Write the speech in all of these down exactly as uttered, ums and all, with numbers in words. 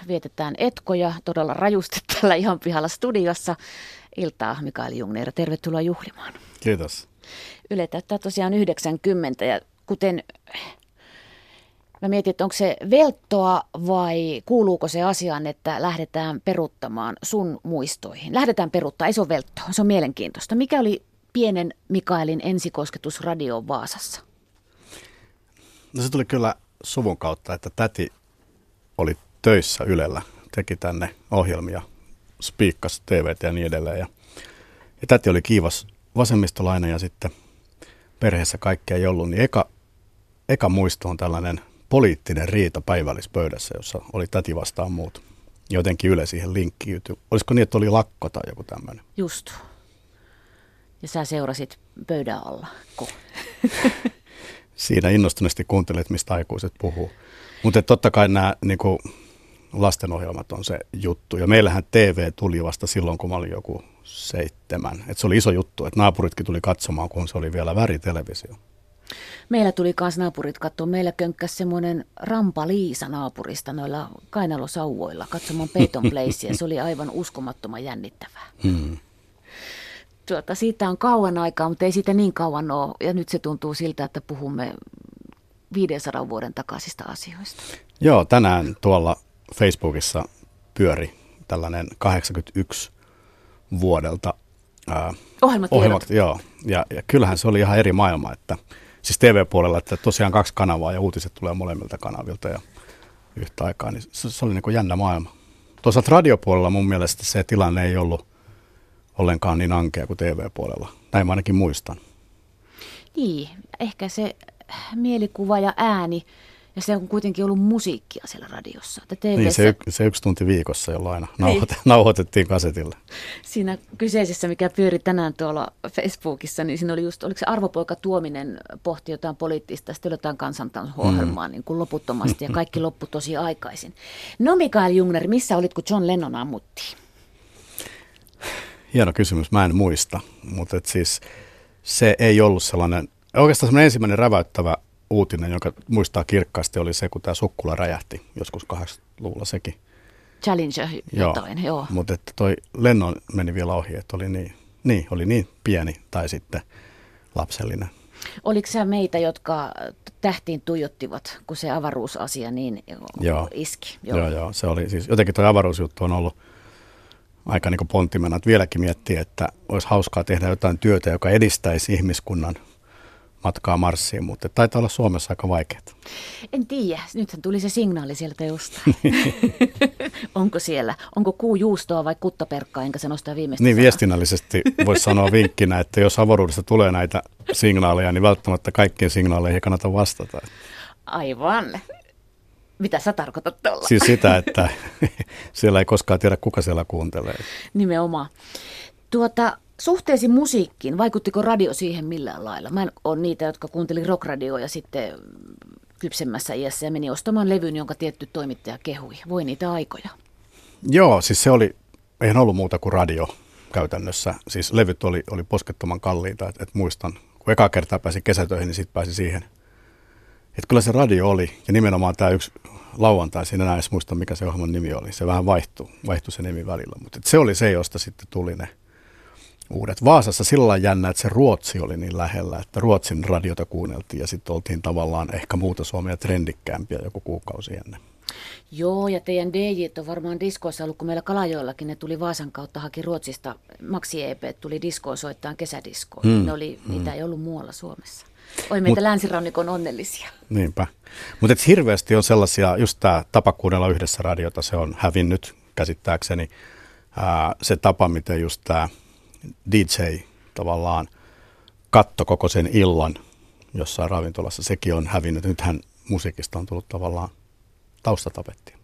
vietetään etkoja todella rajusti tällä ihan pihalla studiossa. Iltaa Mikael Jungner, tervetuloa juhlimaan. Kiitos. Yle täyttää tosiaan yhdeksänkymmentä ja kuten mä mietin, että onko se velttoa vai kuuluuko se asiaan, että lähdetään peruuttamaan sun muistoihin. Lähdetään peruuttaa, ei se ole velttoa, se on mielenkiintoista. Mikä oli pienen Mikaelin ensikosketus radioon Vaasassa? No se tuli kyllä suvun kautta, että täti oli töissä Ylellä, teki tänne ohjelmia, spiikkasi T V:tä ja niin edelleen. Ja, ja täti oli kiivas vasemmistolainen ja sitten perheessä kaikkea ei ollut, niin eka, eka muisto on tällainen poliittinen riita päivällispöydässä, jossa oli täti vastaan muut. Jotenkin Yle siihen linkkiytyi. Olisiko niin, että oli lakko tai joku tämmöinen? Just. Ja sä seurasit pöydän alla. Siinä innostuneesti kuuntelet, mistä aikuiset puhuu. Mutta totta kai nämä niinku, lastenohjelmat on se juttu. Ja meillähän T V tuli vasta silloin, kun mä olin joku seitsemän. Et se oli iso juttu, että naapuritkin tuli katsomaan, kun se oli vielä väritelevisio. Meillä tuli kans naapurit katsoa. Meillä könkkäsi semmoinen Rampa Liisa naapurista noilla kainalosauvoilla katsomaan Peyton Placea. Se oli aivan uskomattoman jännittävää. Hmm. Tuota, siitä on kauan aikaa, mutta ei siitä niin kauan ole. Ja nyt se tuntuu siltä, että puhumme viidensadan vuoden takaisista asioista. Joo, tänään tuolla Facebookissa pyöri tällainen kahdeksankymmentäyksi vuodelta ää, ohjelmatiedot. ohjelmat. Joo, ja, ja kyllähän se oli ihan eri maailma, että siis T V-puolella, että tosiaan kaksi kanavaa ja uutiset tulee molemmilta kanavilta ja yhtä aikaa, niin se, se oli niin kuin jännä maailma. Toisaalta radiopuolella mun mielestä se tilanne ei ollut ollenkaan niin ankea kuin T V-puolella. Näin mä ainakin muistan. Niin, ehkä se mielikuva ja ääni, ja se on kuitenkin ollut musiikkia siellä radiossa. Niin, se, se yksi tunti viikossa, jolloin aina nauhoitettiin, nauhoitettiin kasetille. Siinä kyseisessä, mikä pyöri tänään tuolla Facebookissa, niin siinä oli just, oliko se Arvopoika Tuominen pohti jotain poliittista, sitten jotain kansantanssio-ohjelmaa mm. niin kuin loputtomasti, ja kaikki loppui tosi aikaisin. No Mikael Jungner, missä olit, kun John Lennon ammuttiin? Hieno kysymys, mä en muista, mutta et siis se ei ollut sellainen, oikeastaan semmoinen ensimmäinen räväyttävä uutinen, jonka muistaa kirkkaasti, oli se, kun tämä sukkula räjähti joskus kahdeksankymmentäluvulla sekin. Challenger jotain, joo. joo. Mutta että toi Lennon meni vielä ohi, että oli niin, niin, oli niin pieni tai sitten lapsellinen. Oliko sä meitä, jotka tähtiin tuijottivat, kun se avaruusasia niin joo. iski? Joo. joo, joo. Se oli siis, jotenkin toi avaruusjuttu on ollut aika niin kuin ponttimena, että vieläkin miettii, että olisi hauskaa tehdä jotain työtä, joka edistäisi ihmiskunnan matkaa Marsiin, mutta taitaa olla Suomessa aika vaikeaa. En tiedä. Nythän tuli se signaali sieltä jostain. Onko siellä? Onko kuu juustoa vai kuttaperkkaa, enkä sano sitä viimeistä Niin sanaa. Viestinnällisesti voisi sanoa vinkkinä, että jos avaruudesta tulee näitä signaaleja, niin välttämättä kaikkien signaaleihin ei kannata vastata. Aivan. Mitä sä tarkoitat tuolla? Siis sitä, että siellä ei koskaan tiedä, kuka siellä kuuntelee. Nimenomaan. Tuota, suhteesi musiikkiin, vaikuttiko radio siihen millään lailla? Mä en ole niitä, jotka kuunteli rockradioa ja sitten kypsemmässä iässä ja meni ostamaan levyn, jonka tietty toimittaja kehui. Voi niitä aikoja. Joo, siis se oli, eihän ollut muuta kuin radio käytännössä. Siis levyt oli, oli poskettoman kalliita, että et muistan. Kun eka kertaa pääsi kesätöihin, niin sitten pääsi siihen. Että kyllä se radio oli, ja nimenomaan tämä yksi lauantai, siinä enää edes muista, mikä se ohjelman nimi oli. Se vähän vaihtui, vaihtui se nimi välillä, mutta se oli se, josta sitten tuli ne uudet. Vaasassa sillä lailla jännä, että se Ruotsi oli niin lähellä, että Ruotsin radiota kuunneltiin ja sitten oltiin tavallaan ehkä muuta Suomea trendikkäämpiä joku kuukausi ennen. Joo, ja teidän D J:t on varmaan diskoissa ollut, kun meillä Kalajoillakin ne tuli Vaasan kautta, haki Ruotsista, Maxi E P tuli diskoon soittaa kesädiskoon. Hmm. Ne oli, hmm. niitä ei ollut muualla Suomessa. Oi meitä Mut, länsirannikon onnellisia. Niinpä. Mutta hirveästi on sellaisia, just tämä tapa kuunnella yhdessä radiota, se on hävinnyt käsittääkseni. Ää, se tapa, miten just tämä D J tavallaan katto koko sen illan jossain ravintolassa, sekin on hävinnyt. Nythän musiikista on tullut tavallaan taustatapettia.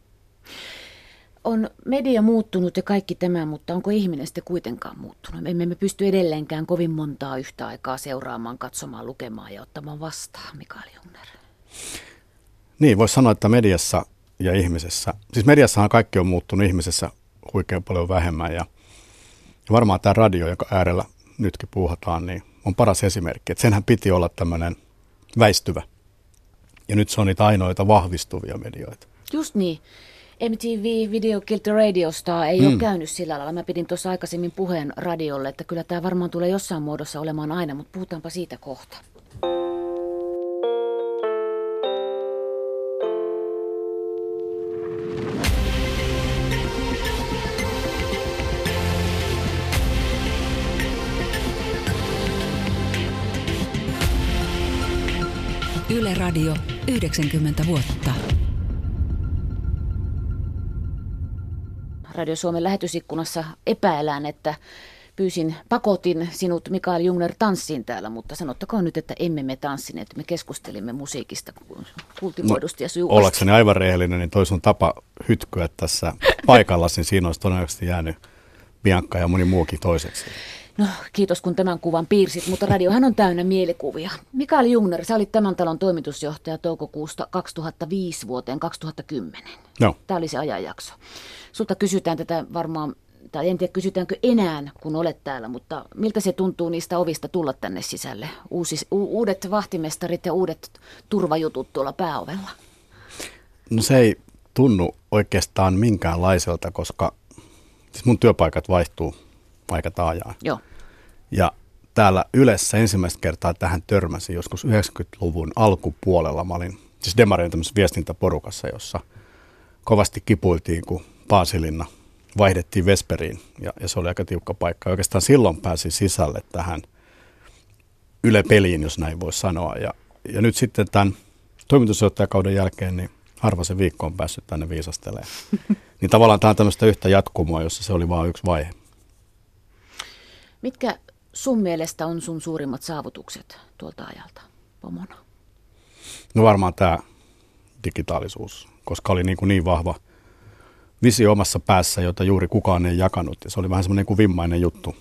On media muuttunut ja kaikki tämä, mutta onko ihminen sitten kuitenkaan muuttunut? Emme me pysty edelleenkään kovin montaa yhtä aikaa seuraamaan, katsomaan, lukemaan ja ottamaan vastaan, Mikael Jungner. Niin, voisi sanoa, että mediassa ja ihmisessä, siis mediassahan kaikki on muuttunut, ihmisessä huikean paljon vähemmän ja varmaan tämä radio, joka äärellä nytkin puuhataan, niin on paras esimerkki, että senhän piti olla tämmöinen väistyvä ja nyt se on niitä ainoita vahvistuvia medioita. Just niin. M T V Video Killed the Radio Star ei mm. ole käynyt sillä lailla. Mä pidin tuossa aikaisemmin puheen radiolle, että kyllä tämä varmaan tulee jossain muodossa olemaan aina, mutta puhutaanpa siitä kohta. Yle Radio yhdeksänkymmentä vuotta. Radio Suomen lähetysikkunassa epäillään, että pyysin, pakotin sinut Mikael Jungner tanssiin täällä, mutta sanottakoon nyt, että emme me tanssineet. Me keskustelimme musiikista kultivoidusti ja sujuvasti. Ollakseni aivan rehellinen, niin toi sun tapa hytkyä tässä paikallasi, niin siinä olisi todennäköisesti jäänyt Bianca ja moni muukin toiseksi. No, kiitos kun tämän kuvan piirsit, mutta radiohan on täynnä mielikuvia. Mikael Jungner, sä olit tämän talon toimitusjohtaja toukokuusta kaksituhattaviisi vuoteen kaksituhattakymmenen. No. Tämä oli se ajanjakso. Sulta kysytään tätä varmaan, tai en tiedä kysytäänkö enää, kun olet täällä, mutta miltä se tuntuu niistä ovista tulla tänne sisälle? Uusis, u- uudet vahtimestarit ja uudet turvajutut tuolla pääovella. No se ei tunnu oikeastaan minkäänlaiselta, koska siis mun työpaikat vaihtuu aika taajaan. Joo. Ja täällä Ylessä ensimmäistä kertaa tähän törmäsin joskus yhdeksänkymmentäluvun alkupuolella. Mä olin siis Demarin tämmöisessä viestintäporukassa, jossa kovasti kipuiltiin, kun Paasilinna vaihdettiin Vesperiin. Ja, ja se oli aika tiukka paikka. Ja oikeastaan silloin pääsi sisälle tähän Yle-peliin, jos näin voisi sanoa. Ja, ja nyt sitten tämän toimitusjohtajakauden jälkeen niin harva se viikko on päässyt tänne viisastelemaan. Niin tavallaan tämä on tämmöistä yhtä jatkumoa, jossa se oli vain yksi vaihe. Mitkä sun mielestä on sun suurimmat saavutukset tuolta ajalta pomona? No varmaan tämä digitaalisuus, koska oli niin, kuin niin vahva visio omassa päässä, jota juuri kukaan ei jakanut. Ja se oli vähän semmoinen kuin vimmainen juttu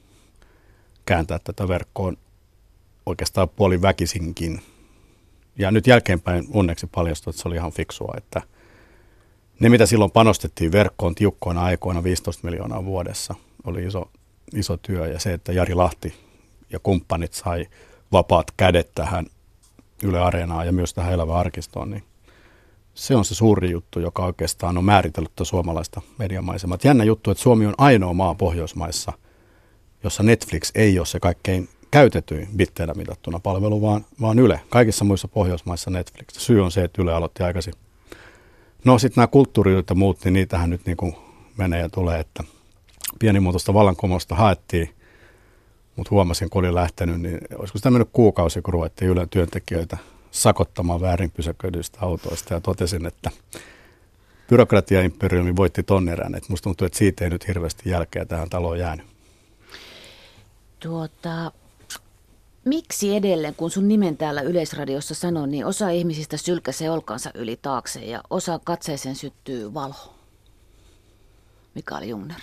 kääntää tätä verkkoon oikeastaan puoli väkisinkin. Ja nyt jälkeenpäin onneksi paljastui, että se oli ihan fiksua, että ne mitä silloin panostettiin verkkoon tiukkoina aikoina viisitoista miljoonaa vuodessa oli iso iso työ, ja se, että Jari Lahti ja kumppanit sai vapaat kädet tähän Yle Areenaan ja myös tähän Elävään arkistoon, niin se on se suuri juttu, joka oikeastaan on määritellyt suomalaista mediamaisemaa. Jännä juttu, että Suomi on ainoa maa Pohjoismaissa, jossa Netflix ei ole se kaikkein käytetyin bitteillä mitattuna palvelu, vaan, vaan Yle. Kaikissa muissa Pohjoismaissa Netflix. Syy on se, että Yle aloitti aikaisin. No sitten nämä kulttuurit ja muut, niin niitähän nyt niin kuin menee ja tulee, että pienimuotoista vallankumousta haettiin, mutta huomasin, kun olin lähtenyt, niin olisiko sitä mennyt kuukausi, kun ruvettiin Ylen työntekijöitä sakottamaan väärin pysäköidyistä autoista, ja totesin, että byrokratiaimperiumi voitti ton erän, että musta tuntuu, että siitä ei nyt hirveästi jälkeä tähän taloon jäänyt. Tuota, miksi edelleen, kun sun nimen täällä Yleisradiossa sanon, niin osa ihmisistä sylkäsee olkansa yli taakse ja osa katseeseen syttyy valo? Mikael Jungner.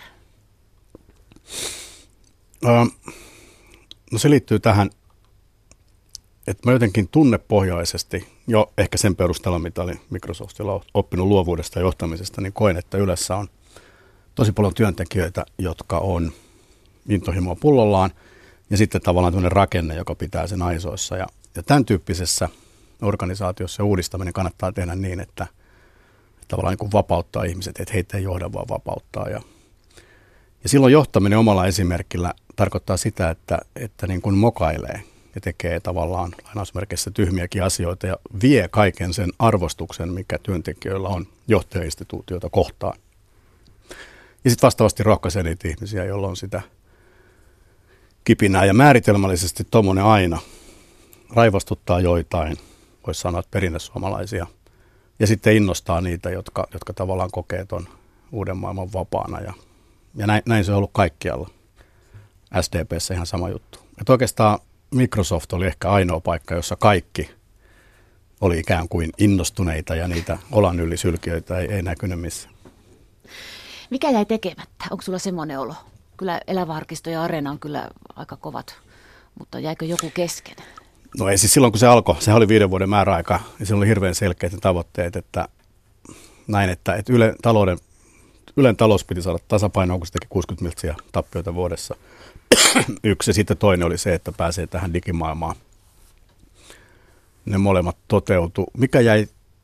No se liittyy tähän, että mä jotenkin tunnepohjaisesti, jo ehkä sen perusteella, mitä olin Microsoftilla oppinut luovuudesta ja johtamisesta, niin koen, että Ylessä on tosi paljon työntekijöitä, jotka on intohimoa pullollaan, ja sitten tavallaan tämmöinen rakenne, joka pitää sen aisoissa. Ja, ja tämän tyyppisessä organisaatiossa uudistaminen kannattaa tehdä niin, että tavallaan niin kuin vapauttaa ihmiset, että heitä ei johda, vaan vapauttaa. Ja, ja silloin johtaminen omalla esimerkillä tarkoittaa sitä, että, että niin kuin mokailee ja tekee tavallaan lainausmerkeissä tyhmiäkin asioita ja vie kaiken sen arvostuksen, mikä työntekijöillä on johtajainstituutioita kohtaan. Ja sitten vastaavasti rohkaisee niitä ihmisiä, joilla on sitä kipinää. Ja määritelmällisesti tuommoinen aina raivostuttaa joitain, voisi sanoa, että perinnesuomalaisia. Ja sitten innostaa niitä, jotka, jotka tavallaan kokee tuon uuden maailman vapaana. Ja, ja näin, näin se on ollut kaikkialla. S D P:ssä ihan sama juttu. Et oikeastaan Microsoft oli ehkä ainoa paikka, jossa kaikki oli ikään kuin innostuneita ja niitä olan ylisylkijöitä ei, ei näkynyt missään. Mikä jäi tekemättä? Onko sulla semmoinen olo? Kyllä Elävä arkisto ja Areena on kyllä aika kovat, mutta jäikö joku kesken? No ei siis silloin, kun se alkoi, sehän oli viiden vuoden määräaika, ja se oli hirveän selkeät ne tavoitteet, että näin, että, että Yle, talouden, Ylen talous piti saada tasapainoon, kun se teki kuusikymmentä miltsiä tappioita vuodessa. Yksi, ja sitten toinen oli se, että pääsee tähän digimaailmaan. Ne molemmat toteutu. Mikä jäi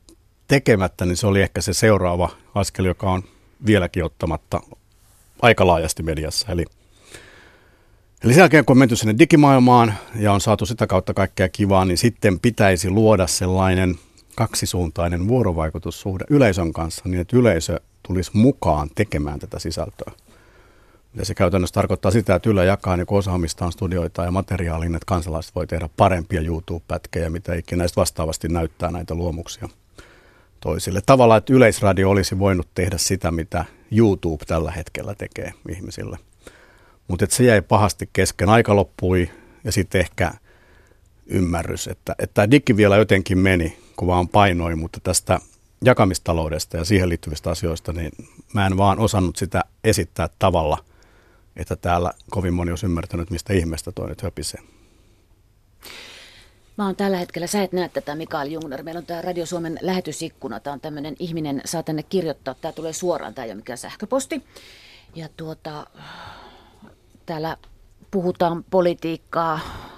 tekemättä, niin se oli ehkä se seuraava askel, joka on vieläkin ottamatta aika laajasti mediassa. Eli, eli sen jälkeen, kun on menty sinne digimaailmaan ja on saatu sitä kautta kaikkea kivaa, niin sitten pitäisi luoda sellainen kaksisuuntainen vuorovaikutussuhde yleisön kanssa, niin että yleisö tulisi mukaan tekemään tätä sisältöä. Ja se käytännössä tarkoittaa sitä, että Yle jakaa niin osaamistaan studioita ja materiaalin, että kansalaiset voi tehdä parempia YouTube-pätkejä, mitä ikinä näistä vastaavasti näyttää näitä luomuksia toisille. Tavallaan, että Yleisradio olisi voinut tehdä sitä, mitä YouTube tällä hetkellä tekee ihmisille. Mutta se jäi pahasti kesken. Aika loppui ja sitten ehkä ymmärrys, että tämä digi vielä jotenkin meni, kun vaan painoi, mutta tästä jakamistaloudesta ja siihen liittyvistä asioista, niin mä en vaan osannut sitä esittää tavalla, että täällä kovin moni olisi ymmärtänyt, mistä ihmeestä toi nyt höpisee. Mä oon tällä hetkellä, sä et näe tätä Mikael Jungner, meillä on tää Radio Suomen lähetysikkuna, tää on tämmönen ihminen, saa tänne kirjoittaa, tää tulee suoraan, tää ei ole mikään sähköposti. Ja tuota, täällä puhutaan politiikkaa.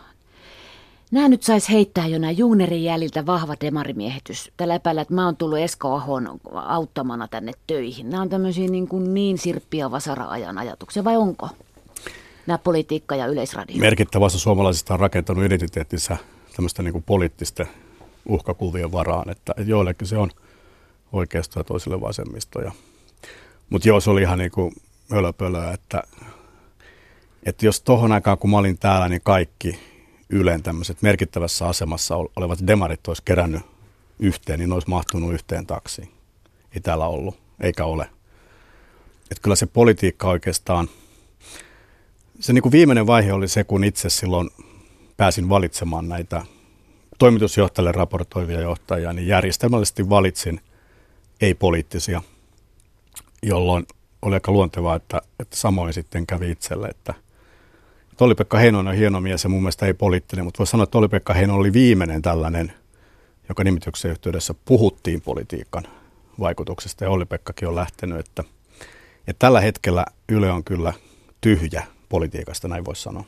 Nää nyt sais heittää jo nää Jungnerin jäljiltä vahva demarimiehitys. Tällä epäillä, että mä oon tullut Esko Ahon auttamana tänne töihin. Nämä on tämmöisiä niin, kuin niin sirppi- ja vasara-ajan ajatuksia, vai onko? Nämä politiikka ja Yleisradio. Merkittävä osa suomalaisista on rakentanut identiteettinsä tämmöistä niin kuin poliittisten uhkakuvien varaan, että joillekin se on oikeisto ja toisille vasemmisto. Ja, mutta joo, se oli ihan niin kuin hölöpölöä, että, että jos tohon aikaan, kun mä olin täällä, niin kaikki Ylen tämmöiset merkittävässä asemassa olevat demarit olisi kerännyt yhteen, niin ne olisi mahtunut yhteen taksiin. Ei täällä ollut, eikä ole. Että kyllä se politiikka oikeastaan, se niin kuin viimeinen vaihe oli se, kun itse silloin pääsin valitsemaan näitä toimitusjohtajille raportoivia johtajia, niin järjestelmällisesti valitsin ei-poliittisia, jolloin oli aika luontevaa, että, että samoin sitten kävi itselle, että Olli-Pekka Heinonen on hieno mies ja mun mielestä ei poliittinen, mutta voisi sanoa, että Olli-Pekka Heinonen oli viimeinen tällainen, joka nimityksen yhteydessä puhuttiin politiikan vaikutuksesta ja Olli-Pekkakin on lähtenyt, että, että tällä hetkellä Yle on kyllä tyhjä politiikasta, näin voisi sanoa.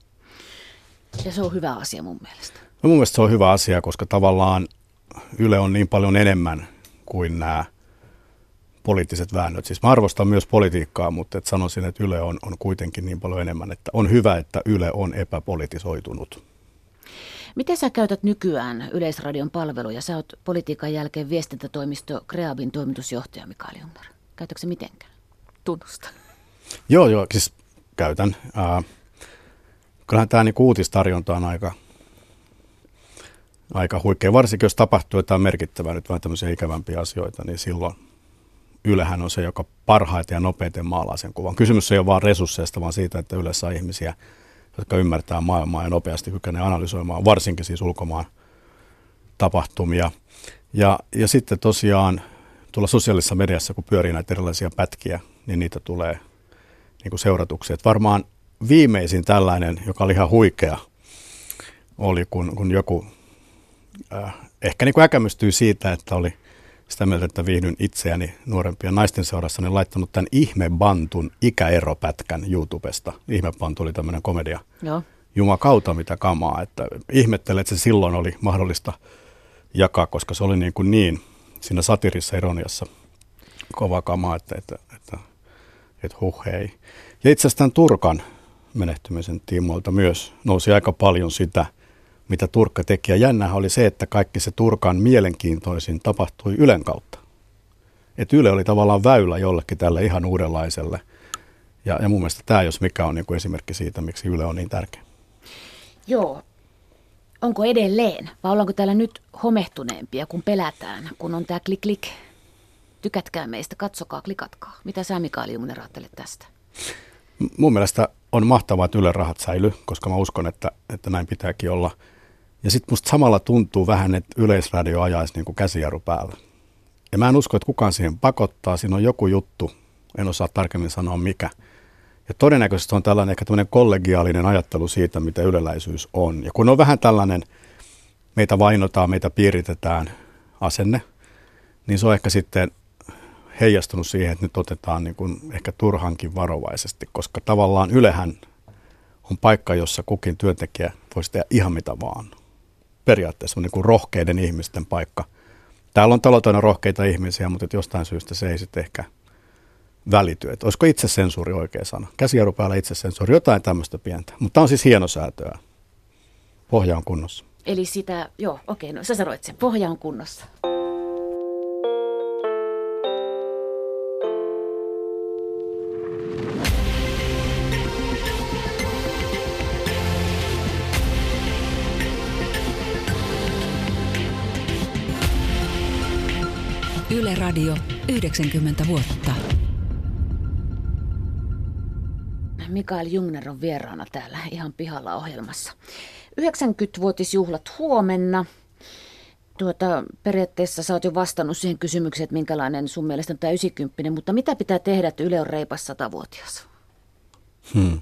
Ja se on hyvä asia mun mielestä. No mun mielestä se on hyvä asia, koska tavallaan Yle on niin paljon enemmän kuin nämä poliittiset väännöt. Siis mä arvostan myös politiikkaa, mutta et sanoisin, että Yle on, on kuitenkin niin paljon enemmän, että on hyvä, että Yle on epäpolitisoitunut. Miten sä käytät nykyään Yleisradion palveluja? Sä oot politiikan jälkeen viestintätoimisto Kreabin toimitusjohtaja Mikael Jungner. Käytätkö se mitenkään? Tunnusta. Joo, joo, siis käytän. Äh, kyllähän tämä niinku uutistarjonta on aika, aika huikea. Varsinkin jos tapahtuu jotain merkittävää, nyt vähän tämmöisiä ikävämpiä asioita, niin silloin Ylehän on se, joka parhaiten ja nopeiten maalaa sen kuvan. Kysymys ei ole vaan resursseista, vaan siitä, että Yle saa ihmisiä, jotka ymmärtää maailmaa ja nopeasti kykenee analysoimaan, varsinkin siis ulkomaan tapahtumia. Ja, ja sitten tosiaan tuolla sosiaalisessa mediassa, kun pyörii näitä erilaisia pätkiä, niin niitä tulee niin kuin seuratuksia. Et varmaan viimeisin tällainen, joka oli ihan huikea, oli kun, kun joku äh, ehkä niin kuin äkämystyi siitä, että oli sitä mieltä, että viihdyn itseäni nuorempien naisten seurassa, niin laittanut tämän Ihmebantun ikäeropätkän YouTubesta. Ihmebantu oli tämmöinen komedia. Joo. Jumakauta mitä kamaa. Että ihmettelen, että se silloin oli mahdollista jakaa, koska se oli niin, kuin niin siinä satirissa ironiassa kova kamaa, että, että, että, että huh hei. Ja itse asiassa tämän Turkan menehtymisen tiimoilta myös nousi aika paljon sitä, mitä Turkka teki. Ja jännähän oli se, että kaikki se Turkan mielenkiintoisin tapahtui Ylen kautta. Että Yle oli tavallaan väylä jollekin tälle ihan uudenlaiselle. Ja, ja mun mielestä tämä, jos mikä, on niin kuin esimerkki siitä, miksi Yle on niin tärkeä. Joo. Onko edelleen? Vai ollaanko täällä nyt homehtuneempia, kun pelätään, kun on tämä klik klik? Tykätkää meistä, katsokaa, klikatkaa. Mitä sä, Mikael Jungner, ajattelet tästä? Mun mielestä on mahtavaa, että Ylen rahat säilyy, koska mä uskon, että, että näin pitääkin olla. Ja sitten musta samalla tuntuu vähän, että Yleisradio ajaisi niin kuin käsijarru päällä. Ja mä en usko, että kukaan siihen pakottaa. Siinä on joku juttu, en osaa tarkemmin sanoa mikä. Ja todennäköisesti on tällainen ehkä tämmöinen kollegiaalinen ajattelu siitä, mitä yleläisyys on. Ja kun on vähän tällainen, meitä vainotaan, meitä piiritetään asenne, niin se on ehkä sitten heijastunut siihen, että nyt otetaan niin kuin ehkä turhankin varovaisesti, koska tavallaan Ylehän on paikka, jossa kukin työntekijä voisi tehdä ihan mitä vaan. Periaatteessa on niin kuin rohkeiden ihmisten paikka, Täällä on taloutena rohkeita ihmisiä, mutta jostain syystä se ei sitten ehkä välity. Että olisiko itsesensuuri oikea sana? Käsijarru päällä itsesensuuri, jotain tämmöistä pientä. Mutta tämä on siis hienosäätöä. Pohja on kunnossa. Eli sitä, joo, okei, no sä sanoit sen, pohja on kunnossa. Yle Radio yhdeksänkymmentä vuotta. Mikael Jungner on vieraana täällä ihan pihalla ohjelmassa. yhdeksänkymmenvuotisjuhlat huomenna. Tuota, periaatteessa sä oot jo vastannut siihen kysymykseen, että minkälainen sun mielestä on tämä yhdeksänkymmentä, mutta mitä pitää tehdä, että Yle on reipas satavuotias? Hmm.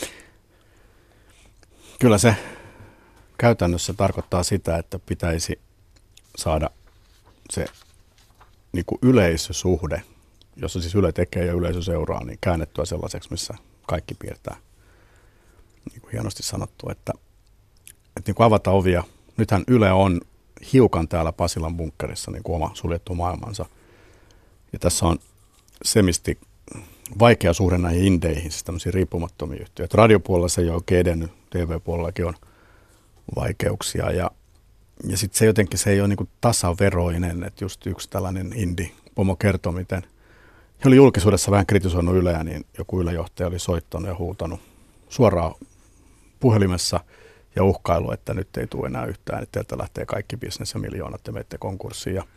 Kyllä se käytännössä tarkoittaa sitä, että pitäisi saada se niin kuin yleisösuhde, jossa siis Yle tekee ja yleisö seuraa, niin käännettyä sellaiseksi, missä kaikki piirtää. Niin kuin hienosti sanottu, että, että niin kuin avata ovia. Nythän Yle on hiukan täällä Pasilan bunkkerissa niin kuin oma suljettu maailmansa. Ja tässä on semisti vaikea suhde näihin indeihin, siis tämmöisiä riippumattomia yhtiöitä. Radiopuolella se ei ole oikein edennyt, T V-puolellakin on vaikeuksia ja Ja sitten se jotenkin se ei ole niinku tasaveroinen, että just yksi tällainen indie-pomo kertoi, miten he oli julkisuudessa vähän kritisoinut Yleä, niin joku Yle-johtaja oli soittanut ja huutanut suoraan puhelimessa ja uhkailu, että nyt ei tule enää yhtään, että teiltä lähtee kaikki bisnes ja miljoonat ja menette konkurssiin. Ja,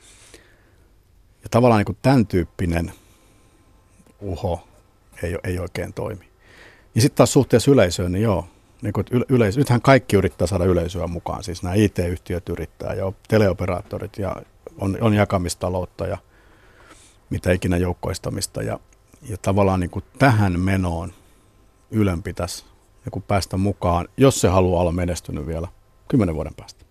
ja tavallaan niinku tämän tyyppinen uho ei, ei oikein toimi. Ja sitten taas suhteessa yleisöön, niin joo. Niin kuin yleisö, nythän kaikki yrittää saada yleisöä mukaan, siis nämä I T-yhtiöt yrittää ja teleoperaattorit ja on, on jakamistaloutta ja mitä ikinä joukkoistamista ja, ja tavallaan niin kuin tähän menoon Ylen pitäisi niin kuin päästä mukaan, jos se haluaa olla menestynyt vielä kymmenen vuoden päästä.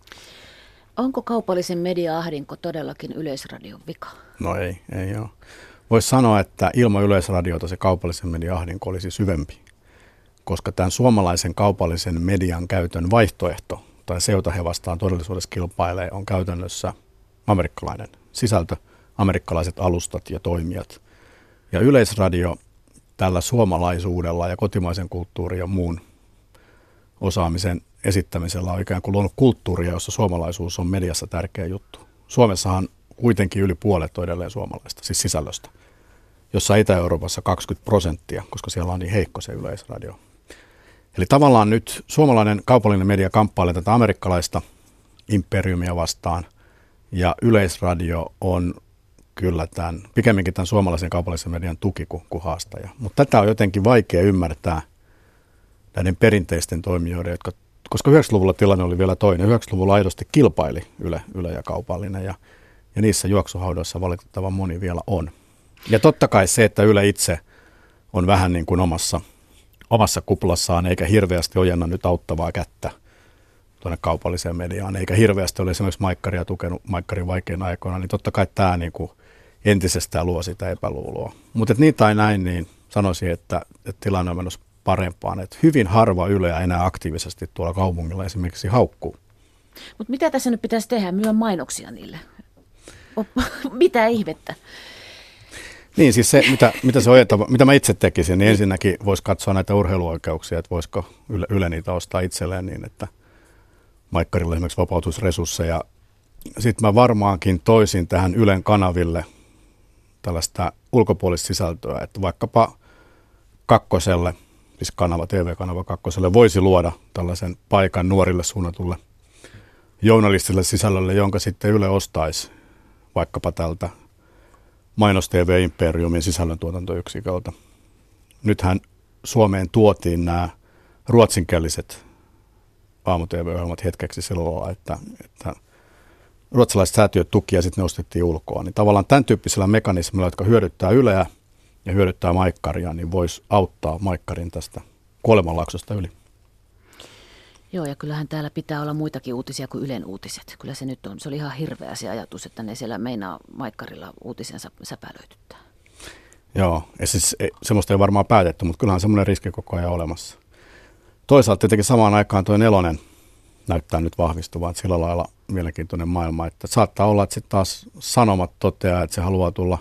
Onko kaupallisen media-ahdinko todellakin Yleisradion vika? No ei, ei ole. Voisi sanoa, että ilman Yleisradiota se kaupallisen media-ahdinko olisi syvempi. Koska tämän suomalaisen kaupallisen median käytön vaihtoehto, tai se, jota he vastaan todellisuudessa kilpailee, on käytännössä amerikkalainen sisältö, amerikkalaiset alustat ja toimijat. Ja Yleisradio tällä suomalaisuudella ja kotimaisen kulttuurin ja muun osaamisen esittämisellä on ikään kuin luonut kulttuuria, jossa suomalaisuus on mediassa tärkeä juttu. Suomessahan kuitenkin yli puolet on edelleen suomalaista, siis sisällöstä, jossa Itä-Euroopassa kaksikymmentä prosenttia, koska siellä on niin heikko se Yleisradio. Eli tavallaan nyt suomalainen kaupallinen media kamppailee tätä amerikkalaista imperiumia vastaan, ja Yleisradio on kyllä tämän, pikemminkin tämän suomalaisen kaupallisen median tuki kuin, kuin haastaja. Mutta tätä on jotenkin vaikea ymmärtää näiden perinteisten toimijoiden, jotka, koska yhdeksänkymmentäluvulla tilanne oli vielä toinen. yhdeksänkymmentäluvulla aidosti kilpaili Yle, Yle ja kaupallinen, ja, ja niissä juoksuhaudoissa valitettavan moni vielä on. Ja totta kai se, että Yle itse on vähän niin kuin omassa, omassa kuplassaan, eikä hirveästi ojenna nyt auttavaa kättä tuonne kaupalliseen mediaan, eikä hirveästi ole esimerkiksi Maikkaria tukenut Maikkarin vaikeina aikoina, niin totta kai tämä niin kuin entisestään luo sitä epäluuloa. Mutta niin tai näin, niin sanoisin, että, että tilanne on menossa parempaan. Että hyvin harva Yleä enää aktiivisesti tuolla kaupungilla esimerkiksi haukkuu. Mutta mitä tässä nyt pitäisi tehdä? Myö mainoksia niille? Mitä ihmettä? Niin, siis se, mitä, mitä, se ojentava, mitä mä itse tekisin, niin ensinnäkin voisi katsoa näitä urheiluoikeuksia, että voisiko Yle, Yle niitä ostaa itselleen niin, että Maikkarilla esimerkiksi vapautuisi resursseja. Sitten mä varmaankin toisin tähän Ylen kanaville tällaista ulkopuolista sisältöä, että vaikkapa Kakkoselle, siis kanava, T V-kanava Kakkoselle, voisi luoda tällaisen paikan nuorille suunnatulle journalistiselle sisällölle, jonka sitten Yle ostaisi vaikkapa tältä Mainos-T V-imperiumin sisällöntuotantoyksiköltä. Nythän Suomeen tuotiin nämä ruotsinkieliset aamu-T V-ohjelmat hetkeksi sillä lailla, että, että ruotsalaiset säätiöt tuki ja sitten ne ostettiin ulkoa. Niin tavallaan tämän tyyppisellä mekanismilla, jotka hyödyttää Yleä ja hyödyttää Maikkaria, niin voisi auttaa Maikkarin tästä kuolemanlaaksosta yli. Joo, ja kyllähän täällä pitää olla muitakin uutisia kuin Ylen uutiset. Kyllä se nyt on, se oli ihan hirveä se ajatus, että ne siellä meinaa Maikkarilla uutisensa säpälöityttää. Joo, ja siis ei, semmoista ei varmaan päätetty, mutta kyllähän semmoinen riski koko ajan olemassa. Toisaalta tietenkin samaan aikaan tuo nelonen näyttää nyt vahvistuvan. Sillä lailla mielenkiintoinen maailma, että saattaa olla, että sitten taas Sanomat toteaa, että se haluaa tulla,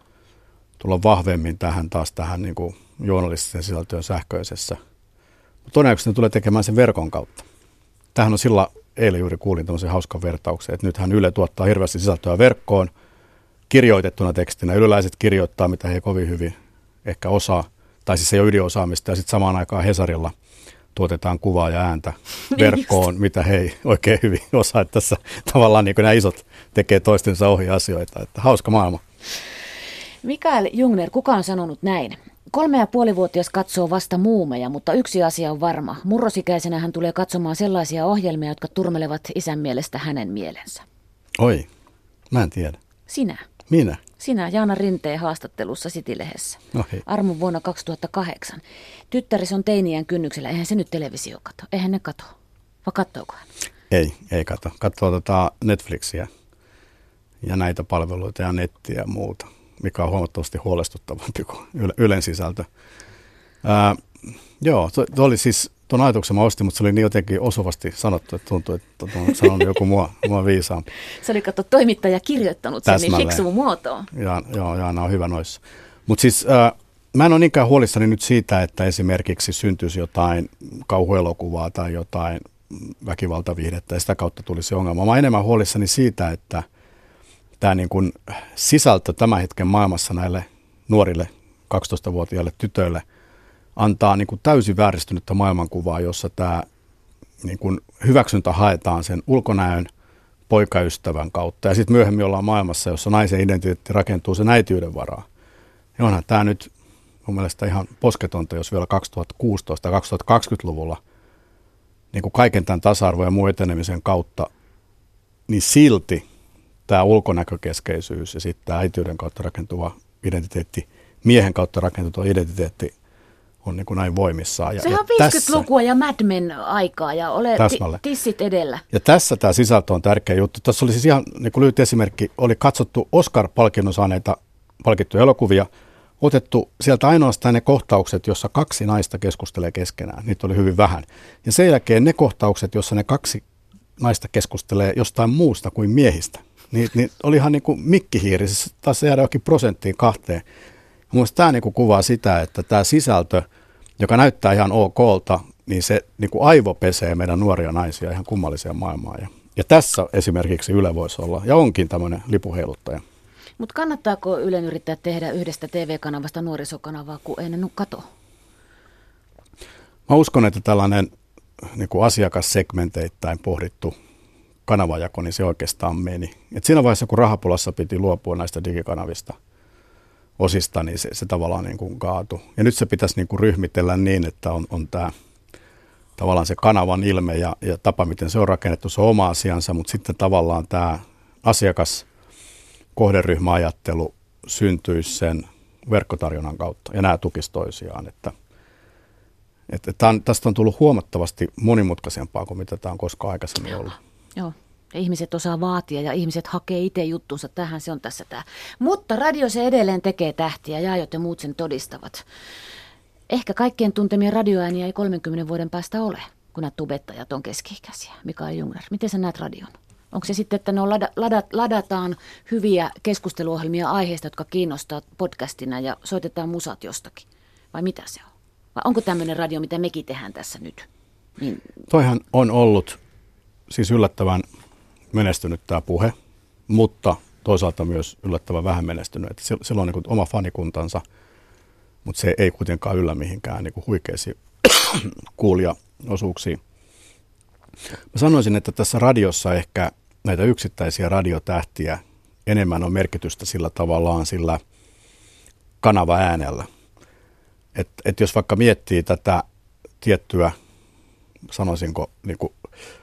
tulla vahvemmin tähän taas tähän niin kuin journalistisen sisältöön sähköisessä. Todennäköisesti ne tulee tekemään sen verkon kautta. Tämähän on sillä, eilen juuri kuulin tämmöisen hauskan vertauksen, että nythän Yle tuottaa hirveästi sisältöä verkkoon kirjoitettuna tekstinä. Yleläiset kirjoittaa, mitä he kovin hyvin ehkä osaa, tai siis ei ole ydinosaamista, ja sitten samaan aikaan Hesarilla tuotetaan kuvaa ja ääntä verkkoon, mitä he ei oikein hyvin osaa. Että tässä tavallaan niin kuin nämä isot tekee toistensa ohi asioita, että hauska maailma. Mikael Jungner, kuka on sanonut näin? Kolme ja puolivuotias katsoo vasta muumeja, mutta yksi asia on varma. Murrosikäisenä hän tulee katsomaan sellaisia ohjelmia, jotka turmelevat isän mielestä hänen mielensä. Oi, mä en tiedä. Sinä. Minä? Sinä, Jaana Rinteen haastattelussa City-lehdessä. No Armun vuonna kaksituhattakahdeksan. Tyttäris on teiniän kynnyksellä. Eihän se nyt televisio kato. Eihän ne kato. Vai kattooko hän? Ei, ei kato. Katsoo tota Netflixiä ja näitä palveluita ja nettiä ja muuta, mikä on huomattavasti huolestuttavampi kuin yle, Ylen sisältö. Ää, joo, se oli siis, tuon ajatuksen mä ostin, mutta se oli niin jotenkin osuvasti sanottu, että tuntui, että on sanonut joku mua, mua viisaampi. Se oli kato toimittaja kirjoittanut sen, niin fiksuun muotoon. Ja, joo, Jaana on hyvä noissa. Mutta siis ää, mä en ole niinkään huolissani nyt siitä, että esimerkiksi syntyisi jotain kauhuelokuvaa tai jotain väkivaltaviihdettä ja sitä kautta tulisi ongelma. Mä oon enemmän huolissani siitä, että tämä niin kuin sisältö tämän hetken maailmassa näille nuorille kaksitoistavuotiaille tytöille antaa niin kuin täysin vääristynyttä maailmankuvaa, jossa tämä niin kuin hyväksyntä haetaan sen ulkonäön poikaystävän kautta. Ja sitten myöhemmin ollaan maailmassa, jossa naisen identiteetti rakentuu sen äitiyden varaa. Ja onhan tämä nyt mun mielestä ihan posketonta, jos vielä kaksituhattakuusitoista kaksituhattakaksikymmentäluvulla niin kuin kaiken tämän tasa-arvon ja muun etenemisen kautta, niin silti tämä ulkonäkökeskeisyys ja sitten tämä äitiyden kautta rakentuva identiteetti, miehen kautta rakentuva identiteetti on niin kuin näin voimissaan. Ja, sehän on viisikymmentälukua ja Mad Men aikaa ja ole t- tissit edellä. Ja tässä tämä sisältö on tärkeä juttu. Tässä oli siis ihan niin kuin lyhyt esimerkki, oli katsottu Oscar-palkinnon saaneita palkittuja elokuvia, otettu sieltä ainoastaan ne kohtaukset, jossa kaksi naista keskustelee keskenään. Niitä oli hyvin vähän. Ja sen jälkeen ne kohtaukset, jossa ne kaksi naista keskustelee jostain muusta kuin miehistä. Niin, niin oli ihan niin kuin mikkihiiri, siis taas jäädä jokin prosenttiin kahteen. Mielestäni tämä niin kuin kuvaa sitä, että tämä sisältö, joka näyttää ihan okolta, niin se niin kuin aivopesee meidän nuoria naisia ihan kummalliseen maailmaan. Ja, ja tässä esimerkiksi Yle voisi olla, ja onkin tämmöinen lipuheiluttaja. Mutta kannattaako Ylen yrittää tehdä yhdestä T V-kanavasta nuorisokanavaa, kun ei ne nyt kato? Mä uskon, että tällainen niin kuin asiakassegmenteittäin pohdittu kanavajako, niin se oikeastaan meni. Et siinä vaiheessa, kun rahapulassa piti luopua näistä digikanavista osista, niin se, se tavallaan niin kuin kaatui. Ja nyt se pitäisi niin kuin ryhmitellä niin, että on, on tämä tavallaan se kanavan ilme ja, ja tapa, miten se on rakennettu, se on oma asiansa, mutta sitten tavallaan tämä asiakas kohderyhmäajattelu syntyisi sen verkkotarjonnan kautta, ja nämä tukisi toisiaan. Että, että tämän, tästä on tullut huomattavasti monimutkaisempaa kuin mitä tämä on koskaan aikaisemmin ollut. Joo, ja ihmiset osaa vaatia ja ihmiset hakee itse juttunsa tähän, se on tässä tämä. Mutta radio se edelleen tekee tähtiä, Jaajot ja muut sen todistavat. Ehkä kaikkien tuntemia radioääniä ei kolmenkymmenen vuoden päästä ole, kun nämä tubettajat on keski-ikäisiä. Mikael Jungner, miten sä näet radion? Onko se sitten, että ne on lada, ladat, ladataan hyviä keskusteluohjelmia aiheista, jotka kiinnostaa podcastina ja soitetaan musat jostakin? Vai mitä se on? Vai onko tämmöinen radio, mitä mekin tehdään tässä nyt? Niin... Toihan on ollut siis yllättävän menestynyt tämä puhe, mutta toisaalta myös yllättävän vähän menestynyt. Että sillä on niin kuin oma fanikuntansa, mutta se ei kuitenkaan yllä mihinkään niin kuin huikeisiin kuulijaosuuksiin. Mä sanoisin, että tässä radiossa ehkä näitä yksittäisiä radiotähtiä enemmän on merkitystä sillä tavallaan sillä kanavaäänellä. Että et jos vaikka miettii tätä tiettyä, sanoisinko, niin kuin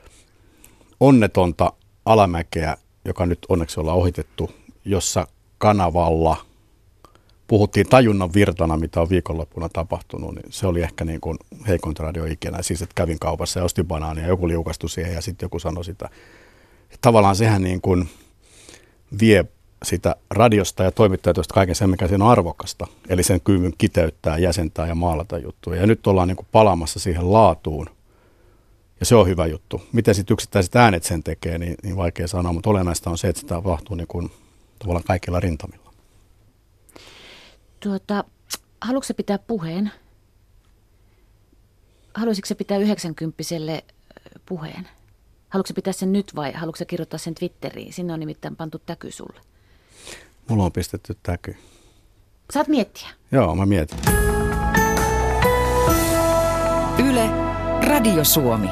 onnetonta alamäkeä, joka nyt onneksi ollaan ohitettu, jossa kanavalla puhuttiin tajunnan virtana, mitä on viikonloppuna tapahtunut, niin se oli ehkä niin kuin heikointa radio ikinä. Siis, että kävin kaupassa ja ostin banaania ja joku liukastui siihen ja sitten joku sanoi sitä. Että tavallaan sehän niin kuin vie sitä radiosta ja toimittajatoista kaiken sen, mikä siinä on arvokasta. Eli sen kyvyn kiteyttää, jäsentää ja maalata juttuja. Ja nyt ollaan niin kuin palaamassa siihen laatuun, Ja se on hyvä juttu. Miten sitten yksittäiset äänet sen tekee, niin, niin vaikea sanoa, mutta olennaista on se, että sitä tapahtuu niin kuin, tavallaan kaikilla rintamilla. Tuota, haluatko pitää puheen? Haluaisitko se pitää yhdeksänkymppiselle puheen? Haluatko pitää sen nyt vai haluatko kirjoittaa sen Twitteriin? Sinne on nimittäin pantu täky sulle. Mulla on pistetty täky. Saat miettiä. Joo, mä mietin. Yle, Radio Suomi.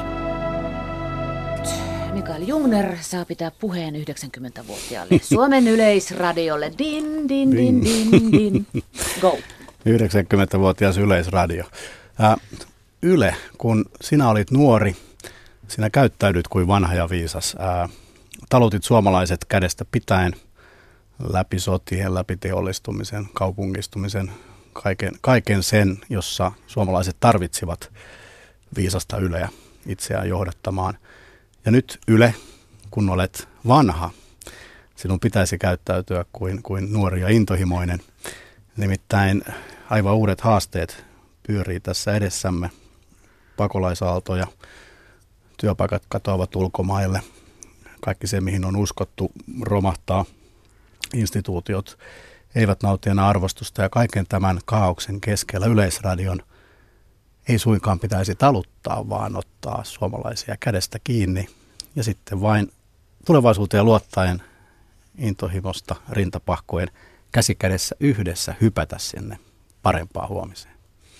Mikael Jungner saa pitää puheen yhdeksänkymmentävuotiaalle Suomen Yleisradiolle. Din, din, din, din, din. Go. yhdeksänkymmentävuotias Yleisradio. Ää, Yle, kun sinä olit nuori, sinä käyttäydyt kuin vanha ja viisas. Ää, talutit suomalaiset kädestä pitäen läpi sotien, läpi teollistumisen, kaupungistumisen, kaiken, kaiken sen, jossa suomalaiset tarvitsivat viisasta Yleä itseään johdattamaan. Ja nyt Yle, kun olet vanha, sinun pitäisi käyttäytyä kuin, kuin nuori ja intohimoinen. Nimittäin aivan uudet haasteet pyörii tässä edessämme. Pakolaisaaltoja, työpaikat katoavat ulkomaille. Kaikki se, mihin on uskottu, romahtaa. Instituutiot eivät nauti enää arvostusta ja kaiken tämän kaaoksen keskellä Yleisradion ei suinkaan pitäisi taluttaa, vaan ottaa suomalaisia kädestä kiinni ja sitten vain tulevaisuuteen luottaen intohimosta rintapahkojen käsikädessä yhdessä hypätä sinne parempaan huomiseen.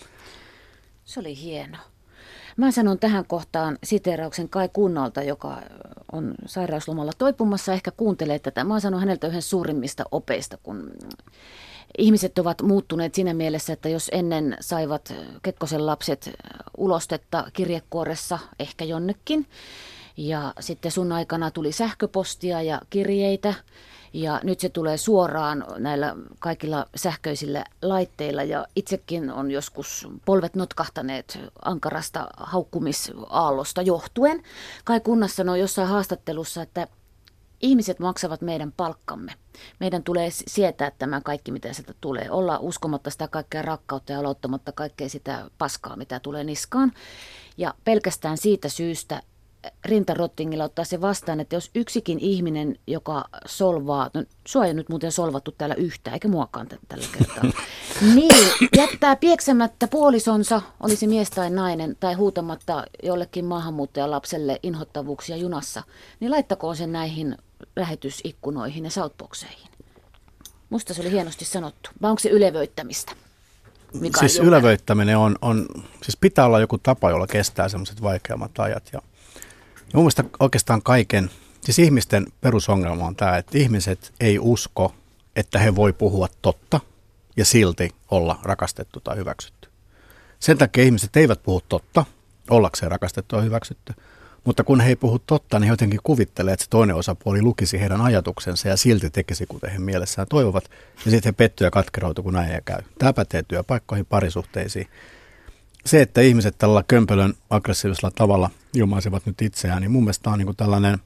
Se oli hieno. Mä sanon tähän kohtaan siteerauksen Kai Kunnalta, joka on sairauslomalla toipumassa, ehkä kuuntelee tätä. Mä sanon häneltä yhden suurimmista opeista, kun ihmiset ovat muuttuneet siinä mielessä, että jos ennen saivat Kekkosen lapset ulostetta kirjekuoressa ehkä jonnekin, ja sitten sun aikana tuli sähköpostia ja kirjeitä, ja nyt se tulee suoraan näillä kaikilla sähköisillä laitteilla, ja itsekin on joskus polvet notkahtaneet ankarasta haukkumisaallosta johtuen. Kai Kunnas sanoi jossain haastattelussa, että ihmiset maksavat meidän palkkamme. Meidän tulee sietää tämä kaikki, mitä sieltä tulee. Olla uskomatta sitä kaikkea rakkautta ja aloittamatta kaikkea sitä paskaa, mitä tulee niskaan. Ja pelkästään siitä syystä rintarottingilla ottaa se vastaan, että jos yksikin ihminen, joka solvaa, no sua ei nyt muuten solvattu täällä yhtään, eikä muakaan t- tällä kertaa, niin jättää pieksämättä puolisonsa, olisi mies tai nainen, tai huutamatta jollekin maahanmuuttajalapselle inhottavuuksia junassa, niin laittakoon sen näihin lähetysikkunoihin ja shoutboxeihin. Musta se oli hienosti sanottu. Vai onko se ylevöittämistä? Mikael Siis Jungner? ylevöittäminen on, on, siis pitää olla joku tapa, jolla kestää sellaiset vaikeammat ajat. Ja, ja mun mielestä oikeastaan kaiken, siis ihmisten perusongelma on tämä, että ihmiset ei usko, että he voi puhua totta ja silti olla rakastettu tai hyväksytty. Sen takia ihmiset eivät puhu totta, ollakseen rakastettu ja hyväksytty. Mutta kun he ei puhu totta, niin he jotenkin kuvittelee, että se toinen osapuoli lukisi heidän ajatuksensa ja silti tekisi, kuten he mielessään toivovat. Ja sitten he pettyy ja katkeroitu, kun näin ei käy. Tämä pätee työpaikkoihin, parisuhteisiin. Se, että ihmiset tällä kömpelön aggressiivisella tavalla ilmaisevat nyt itseään, niin mun mielestä on niin kuin tällainen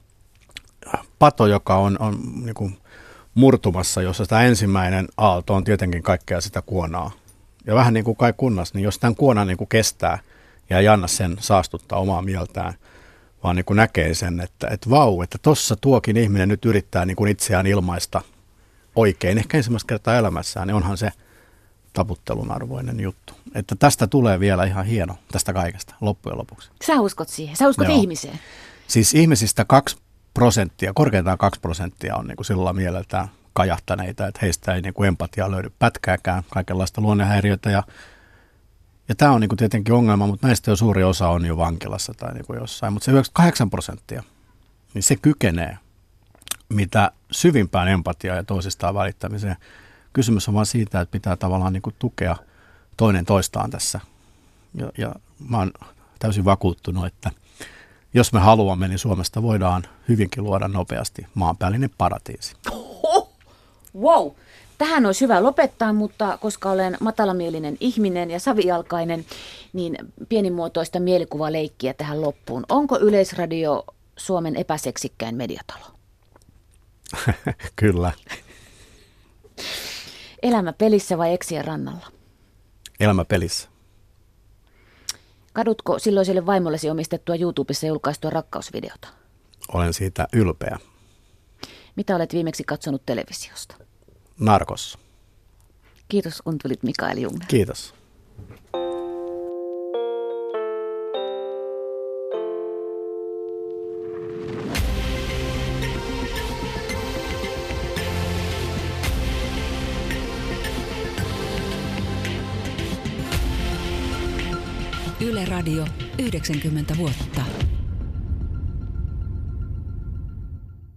pato, joka on, on niin kuin murtumassa, jossa tämä ensimmäinen aalto on tietenkin kaikkea sitä kuonaa. Ja vähän niin kuin Kai Kunnas, niin jos tämän kuonan niin kuin kestää ja ei anna sen saastuttaa omaa mieltään, vaan niin kuin näkee sen, että, että vau, että tossa tuokin ihminen nyt yrittää niin kuin itseään ilmaista oikein, ehkä ensimmäistä kertaa elämässään, niin onhan se taputtelun arvoinen juttu. Että tästä tulee vielä ihan hieno, tästä kaikesta, loppujen lopuksi. Sä uskot siihen, sä uskot Joo. ihmiseen. Siis ihmisistä kaksi prosenttia, korkeintaan kaksi prosenttia on niin kuin sillä mieleltään kajahtaneita, että heistä ei niin kuin empatiaa löydy pätkääkään, kaikenlaista luonnehäiriötä ja Ja tämä on niinku tietenkin ongelma, mutta näistä jo suuri osa on jo vankilassa tai niinku jossain. Mutta se yhdeksänkymmentäkahdeksan prosenttia, niin se kykenee mitä syvimpään empatiaan ja toisistaan välittämiseen. Kysymys on vaan siitä, että pitää tavallaan niinku tukea toinen toistaan tässä. Ja, ja mä oon täysin vakuuttunut, että jos me haluamme, niin Suomesta voidaan hyvinkin luoda nopeasti maanpäällinen paratiisi. Oho! Wow! Tähän olisi hyvä lopettaa, mutta koska olen matalamielinen ihminen ja savijalkainen, niin pienimuotoista mielikuvaleikkiä tähän loppuun. Onko Yleisradio Suomen epäseksikkäin mediatalo? Kyllä. Elämä pelissä vai eksien rannalla? Elämä pelissä. Kadutko silloiselle vaimollesi omistettua YouTubessa julkaistua rakkausvideota? Olen siitä ylpeä. Mitä olet viimeksi katsonut televisiosta? Narcos. Kiitos kun tulit, Mikael Jungner. Kiitos. Yle Radio yhdeksänkymmentä vuotta.